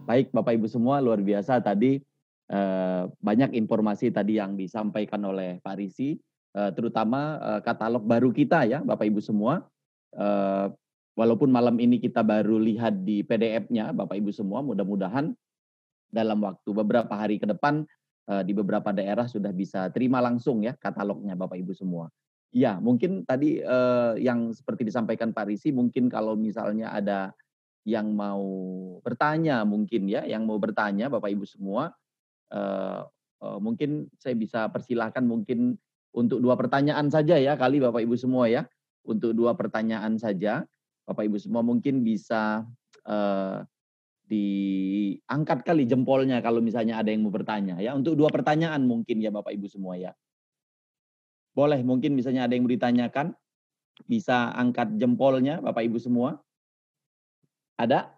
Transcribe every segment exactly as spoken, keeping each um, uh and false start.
baik Bapak Ibu semua, luar biasa tadi eh, banyak informasi tadi yang disampaikan oleh Pak Risi, eh, terutama eh, katalog baru kita ya Bapak Ibu semua. Eh, walaupun malam ini kita baru lihat di P D F-nya Bapak Ibu semua, mudah-mudahan dalam waktu beberapa hari ke depan eh, di beberapa daerah sudah bisa terima langsung ya katalognya Bapak Ibu semua. Ya, mungkin tadi eh, yang seperti disampaikan Pak Risi, mungkin kalau misalnya ada yang mau bertanya mungkin ya, yang mau bertanya Bapak Ibu semua, eh, eh, mungkin saya bisa persilahkan mungkin untuk dua pertanyaan saja ya kali Bapak Ibu semua ya, untuk dua pertanyaan saja Bapak Ibu semua mungkin bisa eh, diangkat kali jempolnya kalau misalnya ada yang mau bertanya ya, untuk dua pertanyaan mungkin ya Bapak Ibu semua ya. Boleh mungkin misalnya ada yang mau ditanyakan, bisa angkat jempolnya Bapak Ibu semua. Ada?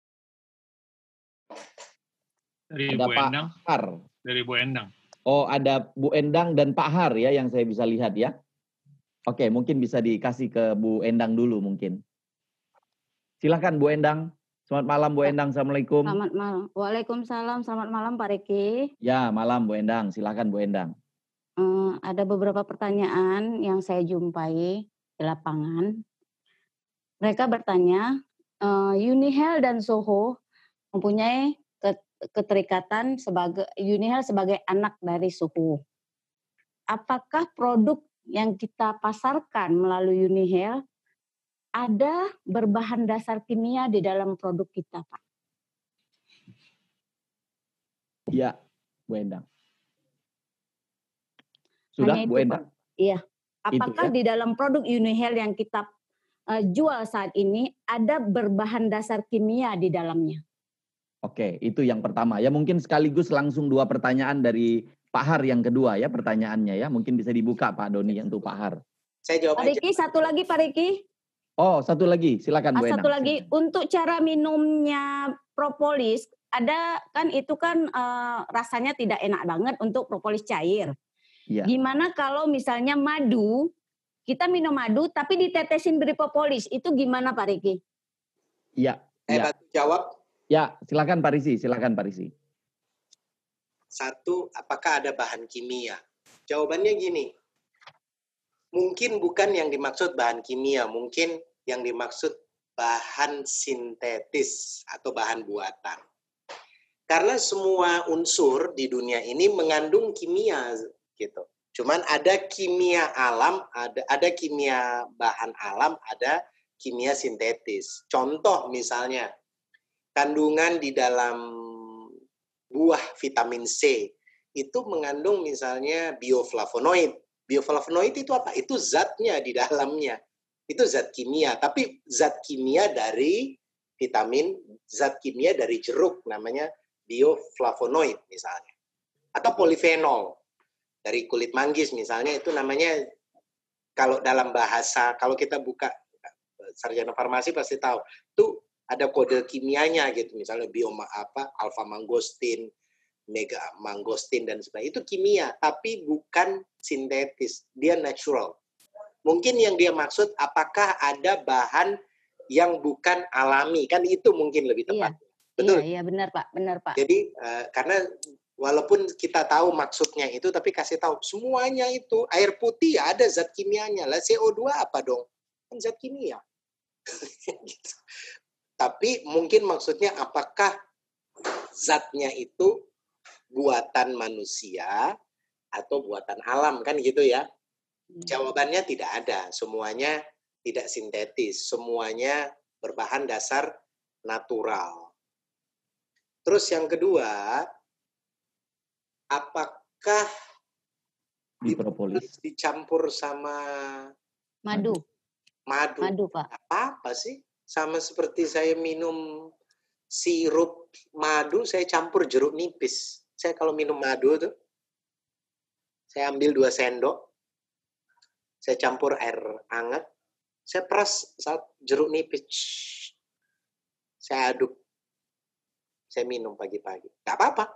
Dari Ada Bu Pak Endang. Har. Dari Bu Endang. Oh, ada Bu Endang dan Pak Har ya yang saya bisa lihat ya. Oke, mungkin bisa dikasih ke Bu Endang dulu mungkin. Silakan Bu Endang. Selamat malam Bu Endang. Assalamualaikum. Selamat malam. Waalaikumsalam. Selamat malam Pak Riki. Ya, malam Bu Endang. Silakan Bu Endang. Uh, ada beberapa pertanyaan yang saya jumpai di lapangan. Mereka bertanya, uh, Unihel dan Soho mempunyai keterikatan sebagai Unihel sebagai anak dari Soho. Apakah produk yang kita pasarkan melalui Unihel ada berbahan dasar kimia di dalam produk kita, Pak? Ya, Bu Endang. Sudah, Hanya Bu itu, Endang? Pak. Iya. Apakah itu, ya? di dalam produk Unihel yang kita uh, jual saat ini ada berbahan dasar kimia di dalamnya? Oke, itu yang pertama. Ya mungkin sekaligus langsung dua pertanyaan dari Pak Har yang kedua ya pertanyaannya ya. Mungkin bisa dibuka Pak Doni untuk Pak Har. Saya jawab Pak aja. Riki, satu lagi Pak Riki. Oh, satu lagi. Silakan Bu Endang. Satu lagi, untuk cara minumnya propolis, ada kan itu kan uh, rasanya tidak enak banget untuk propolis cair. Ya. Gimana kalau misalnya madu, kita minum madu tapi ditetesin beri propolis, itu gimana Pak Riki? Iya. Saya ya. bantu jawab. Ya, silakan Pak Risi, silakan Pak Risi. Satu, apakah ada bahan kimia? Jawabannya gini, mungkin bukan yang dimaksud bahan kimia, mungkin yang dimaksud bahan sintetis atau bahan buatan. Karena semua unsur di dunia ini mengandung kimia, gitu. Cuman ada kimia alam, ada ada kimia bahan alam, ada kimia sintetis. Contoh misalnya, kandungan di dalam buah vitamin C itu mengandung misalnya bioflavonoid. Bioflavonoid itu apa? Itu zatnya di dalamnya. Itu zat kimia, tapi zat kimia dari vitamin, zat kimia dari jeruk namanya bioflavonoid misalnya. Atau polifenol dari kulit manggis misalnya, itu namanya, kalau dalam bahasa, kalau kita buka sarjana farmasi pasti tahu, itu ada kode kimianya gitu, misalnya bioma apa, alfa mangostin, mega mangostin dan sebagainya. Itu kimia, tapi bukan sintetis, dia natural. Mungkin yang dia maksud apakah ada bahan yang bukan alami, kan itu mungkin lebih tepat. Iya. Betul? Iya, iya benar Pak, benar Pak. Jadi uh, karena walaupun kita tahu maksudnya itu, tapi kasih tahu semuanya itu air putih ada zat kimianya lah. C O dua apa dong? Kan zat kimia. Gitu. Tapi mungkin maksudnya apakah zatnya itu buatan manusia atau buatan alam, kan gitu ya? Jawabannya tidak ada. Semuanya tidak sintetis. Semuanya berbahan dasar natural. Terus yang kedua, apakah di propolis dicampur sama madu? Madu. Madu, Pak. Apa-apa sih? Sama seperti saya minum sirup madu, saya campur jeruk nipis. Saya kalau minum madu tuh, saya ambil dua sendok, saya campur air hangat, saya peras saat jeruk nipis. Saya aduk. Saya minum pagi-pagi. Gak apa-apa.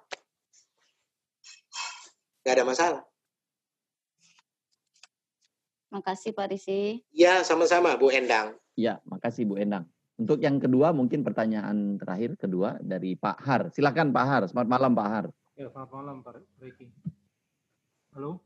Gak ada masalah. Makasih Pak Risi. Ya, sama-sama Bu Endang. Ya, makasih Bu Endang. Untuk yang kedua mungkin pertanyaan terakhir kedua dari Pak Har. Silakan Pak Har. Selamat malam Pak Har. Ya, selamat malam Pak Ricky. Halo?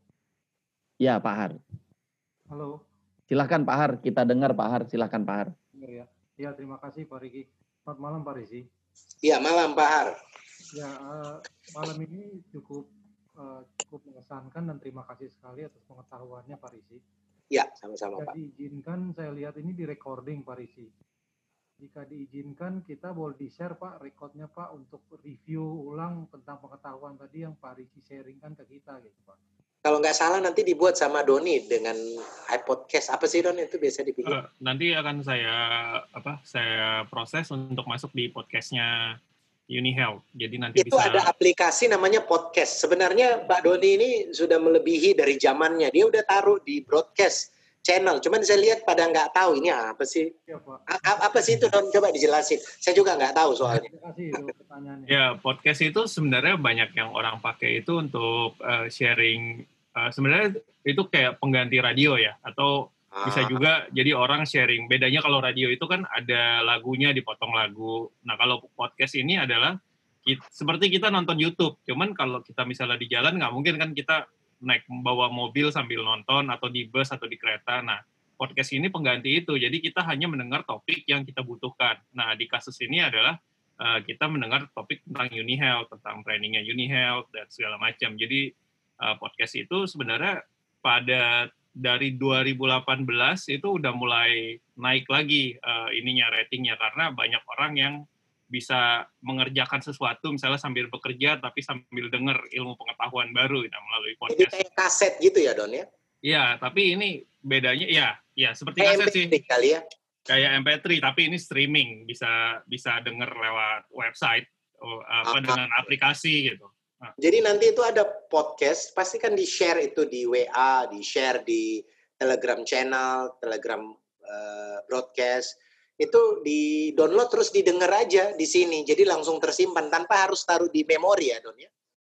Ya Pak Har. Halo? Silakan Pak Har. Kita dengar Pak Har. Silakan Pak Har. Ya, ya terima kasih Pak Ricky. Selamat malam Pak Rizi. Iya, malam Pak Har. Ya, uh, malam ini cukup uh, cukup mengesankan dan terima kasih sekali atas pengetahuannya Pak Rizi. Ya, sama-sama Pak. Jadi diizinkan saya lihat ini di recording Pak Rizi. Jika diizinkan, kita boleh di-share Pak, recordnya Pak, untuk review ulang tentang pengetahuan tadi yang Pak Ricky sharingkan ke kita gitu Pak. Kalau nggak salah nanti dibuat sama Doni dengan iPodcast. Apa sih Don itu biasa dibikin? Uh, nanti akan saya apa? Saya proses untuk masuk di podcastnya UniHealth. Jadi nanti itu bisa. Ada aplikasi namanya podcast. Sebenarnya Pak Doni ini sudah melebihi dari zamannya. Dia udah taruh di broadcast channel. Cuman saya lihat pada nggak tahu ini apa sih? Ya, Pak. A- apa sih itu Don? Coba dijelasin. Saya juga nggak tahu soalnya. Terima kasih itu pertanyaannya. Ya, podcast itu sebenarnya banyak yang orang pakai itu untuk uh, sharing. Uh, sebenarnya itu kayak pengganti radio ya, atau Ah. bisa juga jadi orang sharing. Bedanya kalau radio itu kan ada lagunya, dipotong lagu. Nah, kalau podcast ini adalah kita, seperti kita nonton YouTube. Cuman kalau kita misalnya di jalan nggak mungkin kan kita naik bawa mobil sambil nonton atau di bus atau di kereta. Nah, podcast ini pengganti itu. Jadi kita hanya mendengar topik yang kita butuhkan. Nah, di kasus ini adalah uh, kita mendengar topik tentang UniHealth, tentang trainingnya UniHealth dan segala macam. Jadi uh, podcast itu sebenarnya pada dari dua ribu delapan belas itu udah mulai naik lagi uh, ininya ratingnya karena banyak orang yang bisa mengerjakan sesuatu misalnya sambil bekerja tapi sambil dengar ilmu pengetahuan baru nah, melalui Jadi podcast. kayak kaset gitu ya Don ya? Iya, tapi ini bedanya ya, ya seperti Kayak kaset sih. M P tiga kali ya? Kayak M P tiga tapi ini streaming, bisa bisa dengar lewat website oh, apa Ah. dengan aplikasi gitu. Nah. Jadi nanti itu ada podcast, pasti kan di-share itu di W A, di-share di Telegram channel, Telegram uh, broadcast. Itu di-download terus didengar aja di sini. Jadi langsung tersimpan tanpa harus taruh di memori ya, Don ya?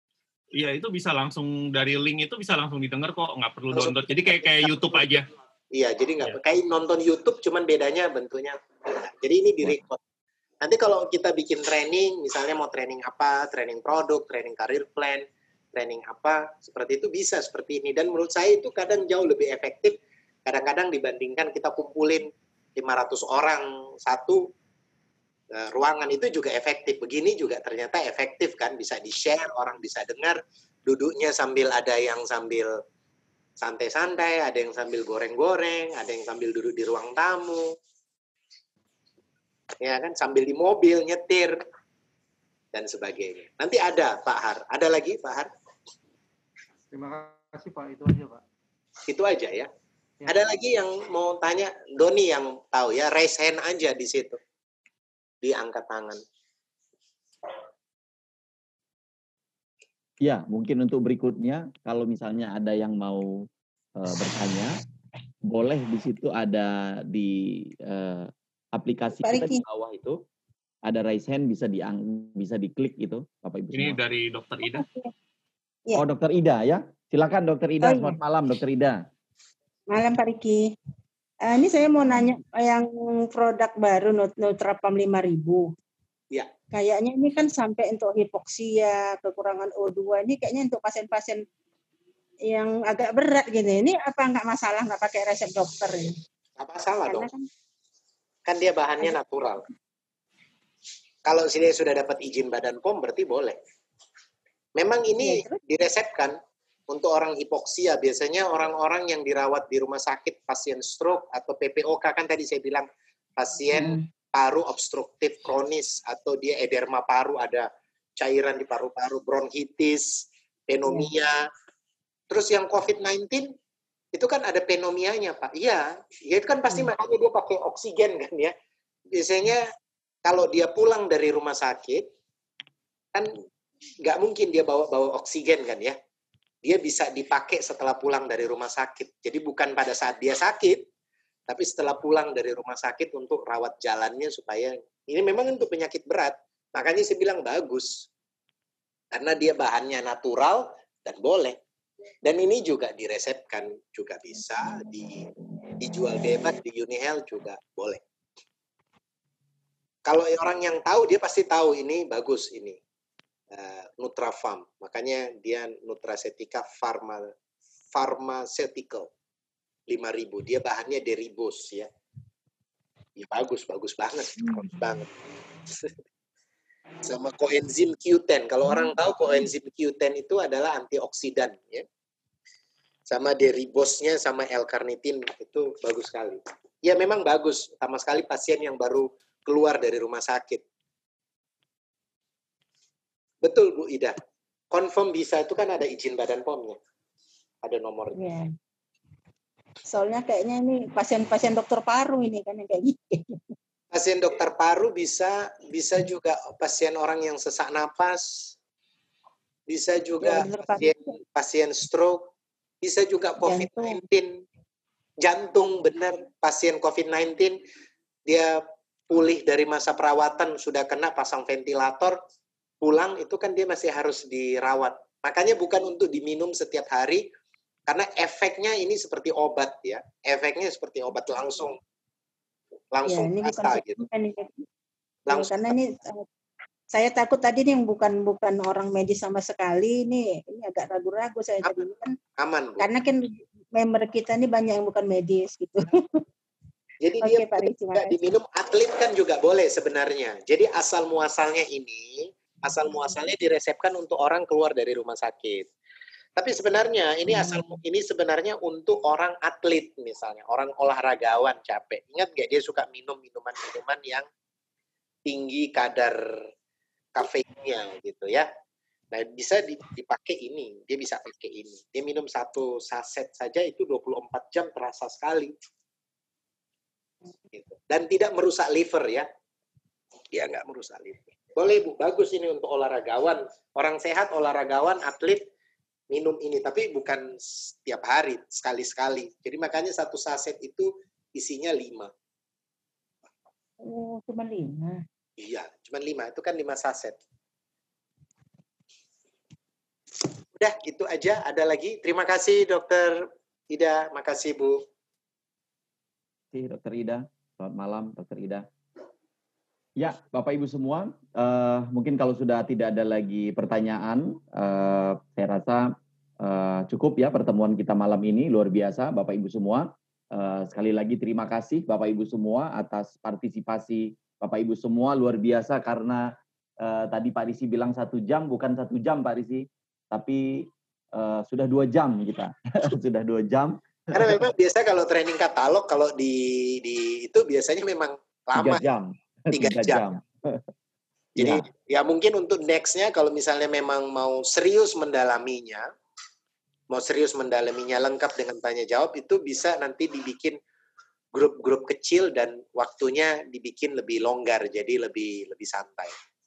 Iya, itu bisa langsung dari link itu bisa langsung didengar kok, nggak perlu Langsung download. Jadi kayak kayak YouTube aja. Iya, jadi nggak Iya. kayak nonton YouTube, cuman bedanya bentuknya. Jadi ini di-record. Nanti kalau kita bikin training, misalnya mau training apa, training produk, training career plan, training apa, seperti itu bisa seperti ini. Dan menurut saya itu kadang jauh lebih efektif, kadang-kadang dibandingkan kita kumpulin lima ratus orang satu uh, ruangan itu juga efektif. Begini juga ternyata efektif kan, bisa di-share, orang bisa dengar, duduknya sambil ada yang sambil santai-santai, ada yang sambil goreng-goreng, ada yang sambil duduk di ruang tamu. Ya kan, sambil di mobil nyetir dan sebagainya. Nanti ada Pak Har. Ada lagi Pak Har? Terima kasih Pak, itu aja Pak. Itu aja ya. Ya. Ada lagi yang mau tanya? Doni yang tahu ya, raise hand aja di situ. Diangkat tangan. Ya, mungkin untuk berikutnya, kalau misalnya ada yang mau uh, bertanya, boleh di situ ada di uh, aplikasi Pak kita Ricky. di bawah itu, ada raise hand bisa di bisa diklik itu, Bapak Ibu Ini semua. dari Dokter Ida. Ya. Oh, Dokter Ida ya. Silakan Dokter Ida, Oh, iya. selamat malam Dokter Ida. Malam Pak Riki. Uh, ini saya mau nanya yang produk baru Nut- Nutrapam lima ribu. Ya. Kayaknya ini kan sampai untuk hipoksia, kekurangan O dua, ini kayaknya untuk pasien-pasien yang agak berat gini. Ini apa nggak masalah nggak pakai resep dokter ini? Apa salah Karena dong? kan Kan dia bahannya natural. Kalau dia sudah dapat izin Badan P O M berarti boleh. Memang ini Ya, terus? diresepkan untuk orang hipoksia. Biasanya orang-orang yang dirawat di rumah sakit, pasien stroke atau P P O K, kan tadi saya bilang pasien Hmm. paru obstruktif kronis atau dia edema paru, ada cairan di paru-paru, bronkitis, pneumonia. Terus yang covid sembilan belas itu kan ada pneumonia-nya, Pak. Iya, ya itu kan pasti Hmm. makanya dia pakai oksigen kan ya. Biasanya kalau dia pulang dari rumah sakit kan nggak mungkin dia bawa bawa oksigen kan ya. Dia bisa dipakai setelah pulang dari rumah sakit. Jadi bukan pada saat dia sakit, tapi setelah pulang dari rumah sakit untuk rawat jalannya supaya ini memang untuk penyakit berat. Makanya saya bilang bagus. Karena dia bahannya natural dan boleh. Dan ini juga diresepkan juga bisa, di, dijual bebas di UniHealth juga boleh. Kalau orang yang tahu, dia pasti tahu ini bagus ini. Uh, Nutrafarm. Makanya dia Nutraceutical Pharma, Pharmaceutical. lima ribu. Dia bahannya deribos ya. Ya bagus, bagus banget. Bagus banget. Sama coenzim Q ten. Kalau orang tahu coenzim Q ten itu adalah antioksidan ya. Sama deribosnya sama L-carnitin itu bagus sekali. Ya memang bagus, sama sekali pasien yang baru keluar dari rumah sakit. Betul Bu Ida. Confirm bisa itu kan ada izin Badan P O M-nya. Ada nomornya. Ya. Soalnya kayaknya ini pasien-pasien dokter paru ini kan yang kayak gitu. Pasien dokter paru bisa, bisa juga pasien orang yang sesak napas, bisa juga Ya, pasien, pasien stroke, bisa juga covid sembilan belas. Jantung, benar, pasien covid sembilan belas, dia pulih dari masa perawatan, sudah kena pasang ventilator, pulang itu kan dia masih harus dirawat. Makanya bukan untuk diminum setiap hari, karena efeknya ini seperti obat ya, efeknya seperti obat langsung, langsung ya, ini terasa bukan gitu. Ini, Langsung. Karena ini saya takut tadi nih bukan bukan orang medis sama sekali, ini ini agak ragu-ragu saya tadi kan. Aman, Bu. Karena kan member kita ini banyak yang bukan medis gitu. Jadi Oke, dia Pak Rizky, juga diminum, atlet kan juga boleh sebenarnya. Jadi asal muasalnya ini, asal muasalnya diresepkan untuk orang keluar dari rumah sakit. Tapi sebenarnya ini asal ini sebenarnya untuk orang atlet misalnya, orang olahragawan capek. Ingat nggak dia suka minum minuman-minuman yang tinggi kadar kafeinnya gitu ya. Nah, bisa dipakai ini, dia bisa pakai ini. Dia minum satu saset saja itu dua puluh empat jam terasa sekali. Gitu. Dan tidak merusak liver ya. Dia nggak merusak liver. Boleh Bu, bagus ini untuk olahragawan. Orang sehat, olahragawan, atlet, minum ini. Tapi bukan setiap hari, sekali-sekali. Jadi makanya satu saset itu isinya lima. Oh, cuma lima. Iya, cuma lima. Itu kan lima saset. Udah, itu aja. Ada lagi? Terima kasih Dokter Ida. Makasih Bu. Terima kasih Dokter Ida. Selamat malam Dokter Ida. Ya, Bapak Ibu semua, uh, mungkin kalau sudah tidak ada lagi pertanyaan, uh, saya rasa uh, cukup ya pertemuan kita malam ini, luar biasa Bapak Ibu semua. Uh, sekali lagi terima kasih Bapak Ibu semua atas partisipasi Bapak Ibu semua, luar biasa karena uh, tadi Pak Risi bilang satu jam, bukan satu jam Pak Risi, tapi uh, sudah dua jam kita, sudah dua jam. Karena memang biasa kalau training katalog, kalau di, di itu biasanya memang lama. Tiga jam. Tiga, Tiga jam. jam. Jadi ya. ya mungkin untuk next-nya kalau misalnya memang mau serius mendalaminya, mau serius mendalaminya lengkap dengan tanya jawab, itu bisa nanti dibikin grup-grup kecil dan waktunya dibikin lebih longgar, jadi lebih lebih santai.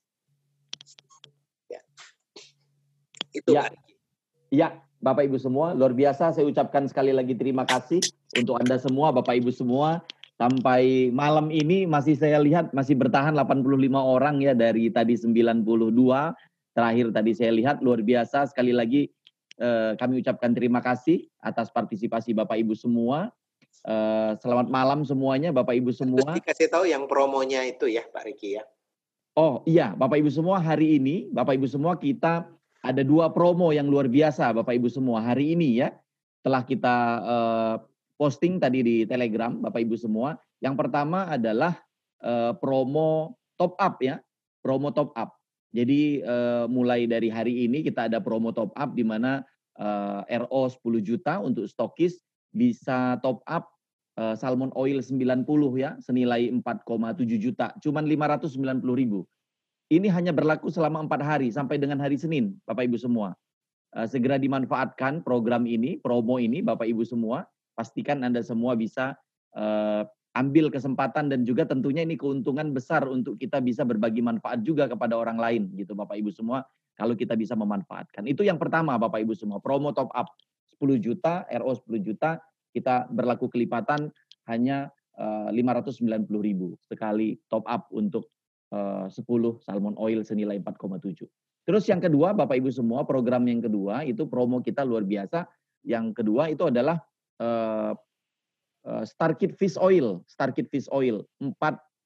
Ya. Itu ya. Ya, Bapak Ibu semua, luar biasa saya ucapkan sekali lagi terima kasih untuk Anda semua, Bapak Ibu semua. Sampai malam ini masih saya lihat masih bertahan delapan puluh lima orang ya dari tadi sembilan puluh dua. Terakhir tadi saya lihat luar biasa. Sekali lagi eh, kami ucapkan terima kasih atas partisipasi Bapak Ibu semua. Eh, selamat malam semuanya Bapak Ibu semua. Terus dikasih tahu yang promonya itu ya Pak Riki ya. Oh iya Bapak Ibu semua, hari ini Bapak Ibu semua kita ada dua promo yang luar biasa Bapak Ibu semua hari ini ya. Setelah kita eh, posting tadi di Telegram, Bapak Ibu semua. Yang pertama adalah uh, promo top up ya, promo top up. Jadi uh, mulai dari hari ini kita ada promo top up di mana uh, R O sepuluh juta untuk stokis bisa top up uh, salmon oil sembilan puluh ya, senilai empat koma tujuh juta, cuman lima ratus sembilan puluh ribu. Ini hanya berlaku selama empat hari sampai dengan hari Senin, Bapak Ibu semua. Uh, segera dimanfaatkan program ini, promo ini, Bapak Ibu semua. Pastikan Anda semua bisa uh, ambil kesempatan dan juga tentunya ini keuntungan besar untuk kita bisa berbagi manfaat juga kepada orang lain gitu Bapak Ibu semua kalau kita bisa memanfaatkan. Itu yang pertama Bapak Ibu semua, promo top up sepuluh juta, R O sepuluh juta, kita berlaku kelipatan hanya uh, lima ratus sembilan puluh ribu sekali top up untuk uh, sepuluh salmon oil senilai empat koma tujuh. Terus yang kedua Bapak Ibu semua, program yang kedua itu promo kita luar biasa. Yang kedua itu adalah Uh, uh, Starkit Fish Oil, Starkit Fish Oil empat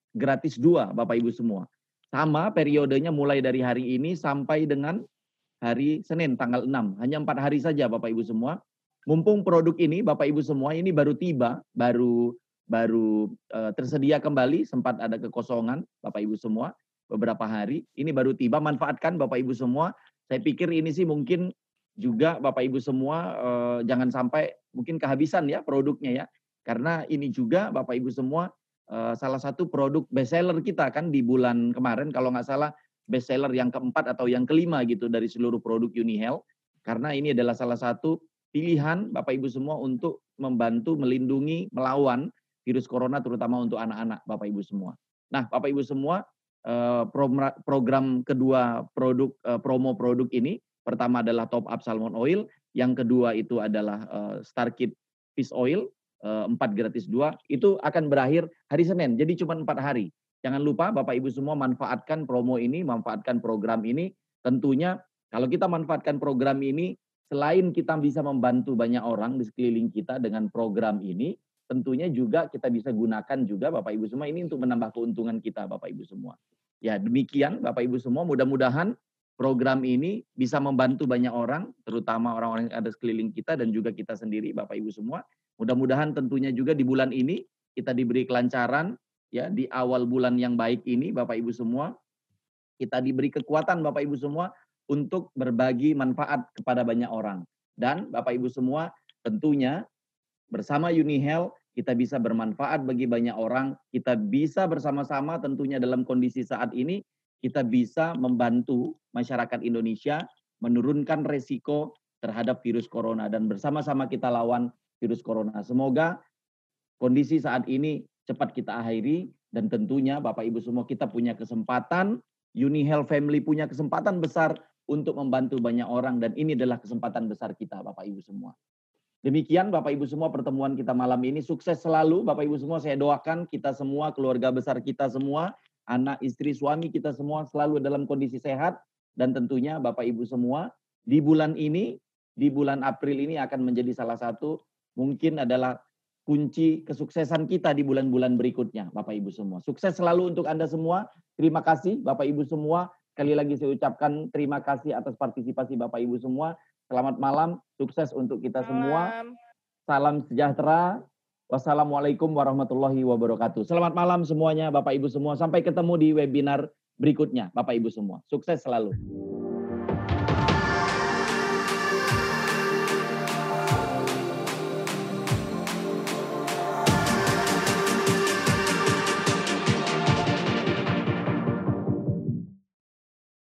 gratis dua Bapak Ibu semua. Sama periodenya mulai dari hari ini sampai dengan hari Senin tanggal enam. Hanya empat hari saja Bapak Ibu semua. Mumpung produk ini Bapak Ibu semua ini baru tiba, baru baru uh, tersedia kembali, sempat ada kekosongan Bapak Ibu semua beberapa hari. Ini baru tiba, manfaatkan Bapak Ibu semua. Saya pikir ini sih mungkin juga Bapak Ibu semua uh, jangan sampai mungkin kehabisan ya produknya ya. Karena ini juga Bapak Ibu semua uh, salah satu produk bestseller kita kan di bulan kemarin kalau nggak salah bestseller yang keempat atau yang kelima gitu dari seluruh produk UniHealth. Karena ini adalah salah satu pilihan Bapak Ibu semua untuk membantu melindungi melawan virus corona terutama untuk anak-anak Bapak Ibu semua. Nah Bapak Ibu semua uh, program kedua produk uh, promo produk ini pertama adalah Top Up Salmon Oil, yang kedua itu adalah uh, Starkid Fish Oil. empat gratis dua, itu akan berakhir hari Senin, jadi cuma empat hari. Jangan lupa Bapak Ibu semua manfaatkan promo ini, manfaatkan program ini. Tentunya kalau kita manfaatkan program ini, selain kita bisa membantu banyak orang di sekeliling kita dengan program ini, tentunya juga kita bisa gunakan juga Bapak Ibu semua ini untuk menambah keuntungan kita Bapak Ibu semua. Ya demikian Bapak Ibu semua, mudah-mudahan program ini bisa membantu banyak orang, terutama orang-orang yang ada sekeliling kita dan juga kita sendiri Bapak Ibu semua. Mudah-mudahan tentunya juga di bulan ini kita diberi kelancaran, ya di awal bulan yang baik ini Bapak Ibu semua, kita diberi kekuatan Bapak Ibu semua untuk berbagi manfaat kepada banyak orang. Dan Bapak Ibu semua tentunya bersama UniHealth kita bisa bermanfaat bagi banyak orang, kita bisa bersama-sama tentunya dalam kondisi saat ini, kita bisa membantu masyarakat Indonesia menurunkan resiko terhadap virus corona dan bersama-sama kita lawan virus corona. Semoga kondisi saat ini cepat kita akhiri dan tentunya Bapak Ibu semua kita punya kesempatan, UniHealth Family punya kesempatan besar untuk membantu banyak orang dan ini adalah kesempatan besar kita Bapak Ibu semua. Demikian Bapak Ibu semua pertemuan kita malam ini, sukses selalu Bapak Ibu semua, saya doakan kita semua, keluarga besar kita semua, anak, istri, suami kita semua selalu dalam kondisi sehat dan tentunya Bapak Ibu semua di bulan ini, di bulan April ini akan menjadi salah satu mungkin adalah kunci kesuksesan kita di bulan-bulan berikutnya, Bapak Ibu semua. Sukses selalu untuk Anda semua. Terima kasih Bapak Ibu semua. Sekali lagi saya ucapkan terima kasih atas partisipasi Bapak Ibu semua. Selamat malam, sukses untuk kita semua. Salam sejahtera. Wassalamualaikum warahmatullahi wabarakatuh. Selamat malam semuanya Bapak Ibu semua. Sampai ketemu di webinar berikutnya Bapak Ibu semua. Sukses selalu.